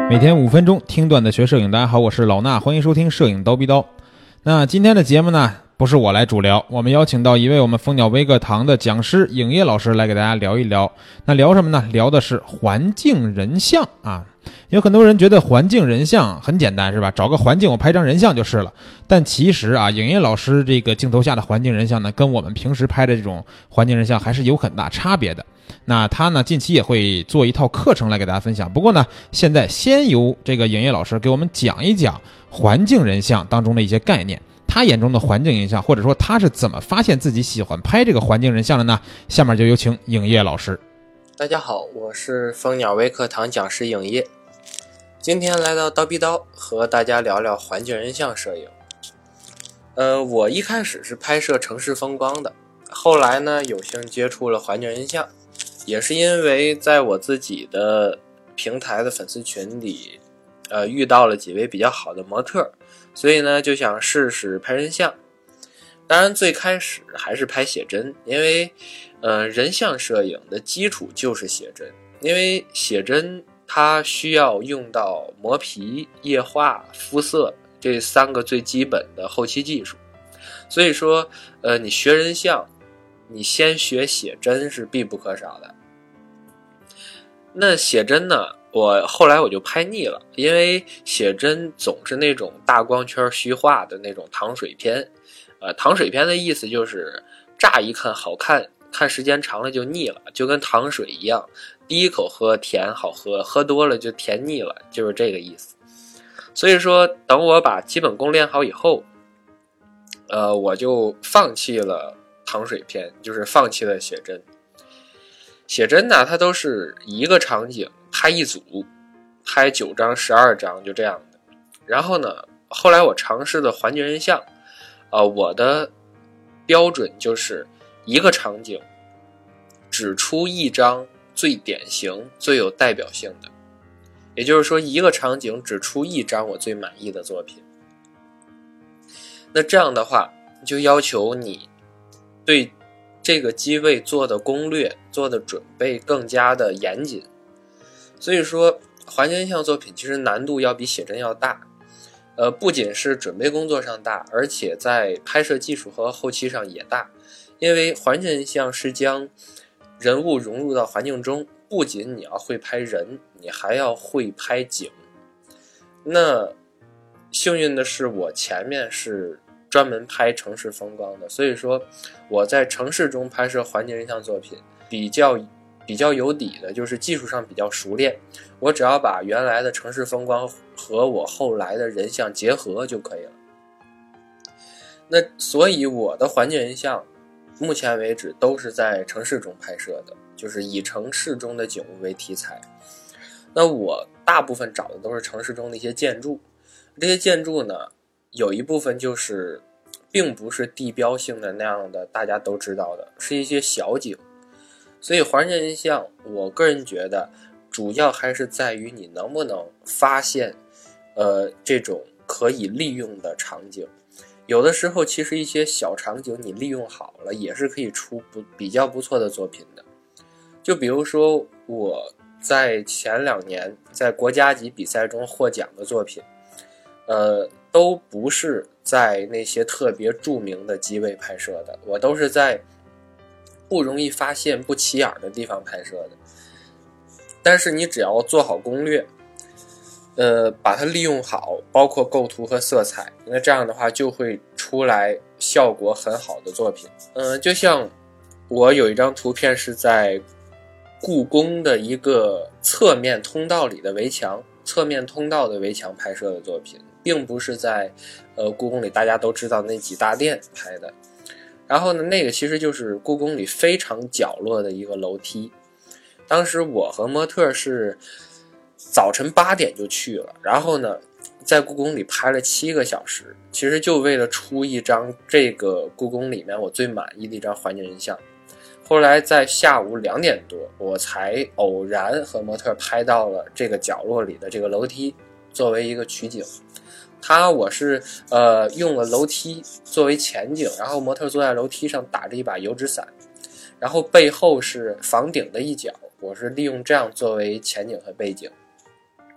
每天5分钟听段子学摄影，大家好，我是老衲，欢迎收听摄影刀逼刀。那今天的节目呢，不是我来主聊，我们邀请到一位我们蜂鸟微课堂的讲师影业老师来给大家聊一聊。那聊什么呢？聊的是环境人像啊。有很多人觉得环境人像很简单是吧？找个环境我拍张人像就是了。但其实啊，影业老师这个镜头下的环境人像呢，跟我们平时拍的这种环境人像还是有很大差别的。那他呢，近期也会做一套课程来给大家分享。不过呢，现在先由这个影业老师给我们讲一讲环境人像当中的一些概念，他眼中的环境人像，或者说他是怎么发现自己喜欢拍这个环境人像的呢？下面就有请影业老师。 大家好，我是蜂鸟微课堂讲师影业，今天来到刀逼刀和大家聊聊环境人像摄影。我一开始是拍摄城市风光的，后来呢有幸接触了环境人像，也是因为在我自己的平台的粉丝群里遇到了几位比较好的模特，所以呢就想试试拍人像。当然最开始还是拍写真，因为人像摄影的基础就是写真，因为写真它需要用到磨皮、液化、肤色这3个最基本的后期技术，所以说你学人像你先学写真是必不可少的。那写真呢，后来我就拍腻了，因为写真总是那种大光圈虚化的那种糖水片。糖水片的意思就是乍一看好看，看时间长了就腻了，就跟糖水一样，第一口喝甜好喝，喝多了就甜腻了，就是这个意思。所以说等我把基本功练好以后，我就放弃了糖水片，就是放弃了写真。写真呢，它都是一个场景拍一组，拍9张12张就这样的。然后呢，后来我尝试的环境人像，我的标准就是一个场景只出一张最典型最有代表性的，也就是说一个场景只出一张我最满意的作品。那这样的话就要求你对这个机位做的攻略做的准备更加的严谨，所以说环境人像作品其实难度要比写真要大，不仅是准备工作上大，而且在拍摄技术和后期上也大。因为环境人像是将人物融入到环境中，不仅你要会拍人，你还要会拍景。那幸运的是我前面是专门拍城市风光的，所以说我在城市中拍摄环境人像作品比较有底的，就是技术上比较熟练，我只要把原来的城市风光和我后来的人像结合就可以了。那所以我的环境人像目前为止都是在城市中拍摄的，就是以城市中的景物为题材。那我大部分找的都是城市中的一些建筑，这些建筑呢有一部分就是并不是地标性的那样的大家都知道的，是一些小景。所以环境人像我个人觉得主要还是在于你能不能发现这种可以利用的场景。有的时候其实一些小场景你利用好了也是可以出比较不错的作品的。就比如说我在前2年在国家级比赛中获奖的作品，都不是在那些特别著名的机位拍摄的，我都是在不容易发现不起眼的地方拍摄的。但是你只要做好攻略，把它利用好，包括构图和色彩，那这样的话就会出来效果很好的作品。就像我有一张图片是在故宫的一个侧面通道里的围墙，侧面通道的围墙拍摄的作品，并不是在故宫里大家都知道那几大殿拍的。然后呢，那个其实就是故宫里非常角落的一个楼梯。当时我和模特是早晨8点就去了，然后呢在故宫里拍了7个小时，其实就为了出一张这个故宫里面我最满意的一张环境人像。后来在下午2点多我才偶然和模特拍到了这个角落里的这个楼梯作为一个取景。我是用了楼梯作为前景，然后模特坐在楼梯上打着一把油纸伞，然后背后是房顶的一角，我是利用这样作为前景和背景。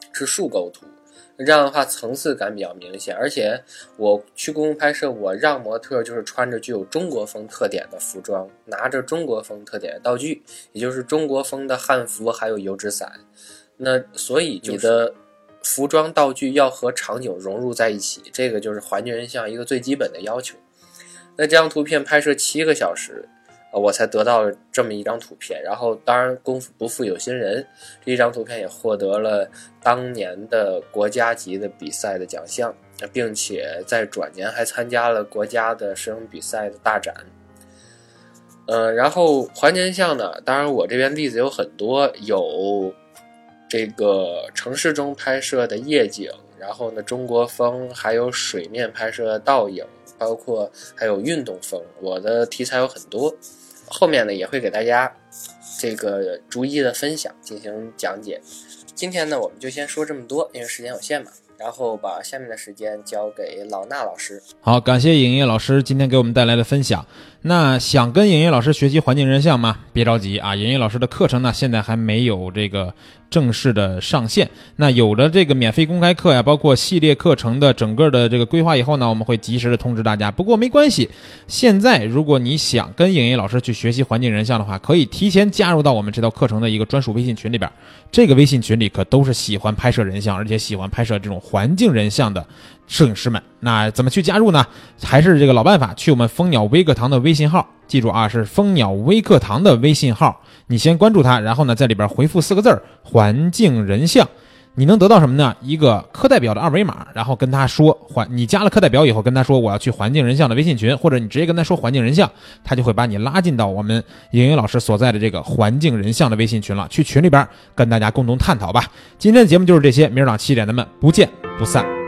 是竖构图，这样的话层次感比较明显。而且我去公共拍摄，我让模特就是穿着具有中国风特点的服装，拿着中国风特点的道具，也就是中国风的汉服还有油纸伞。那所以你的服装道具要和场景融入在一起，这个就是环境人像一个最基本的要求。那这张图片拍摄7个小时，我才得到了这么一张图片。然后当然功夫不负有心人，这一张图片也获得了当年的国家级的比赛的奖项，并且在转年还参加了国家的摄影比赛的大展。然后环境人像呢，当然我这边例子有很多，有这个城市中拍摄的夜景，然后呢中国风，还有水面拍摄的倒影，包括还有运动风，我的题材有很多，后面呢也会给大家这个逐一的分享进行讲解。今天呢我们就先说这么多，因为时间有限嘛，然后把下面的时间交给老衲老师。 好，感谢影业老师今天给我们带来的分享。那想跟影业老师学习环境人像吗？别着急啊，影业老师的课程呢现在还没有这个正式的上线。那有了这个免费公开课呀，包括系列课程的整个的这个规划以后呢，我们会及时的通知大家。不过没关系，现在如果你想跟影业老师去学习环境人像的话，可以提前加入到我们这套课程的一个专属微信群里边。这个微信群里可都是喜欢拍摄人像，而且喜欢拍摄这种环境人像的摄影师们。那怎么去加入呢？还是这个老办法，去我们蜂鸟微课堂的微信号，记住啊，是蜂鸟微课堂的微信号，你先关注它，然后呢在里边回复4个字环境人像，你能得到什么呢？一个课代表的2维码，然后跟他说你加了课代表以后跟他说我要去环境人像的微信群，或者你直接跟他说环境人像，他就会把你拉进到我们影音老师所在的这个环境人像的微信群了，去群里边跟大家共同探讨吧。今天的节目就是这些，明儿早上7点咱们不见不散。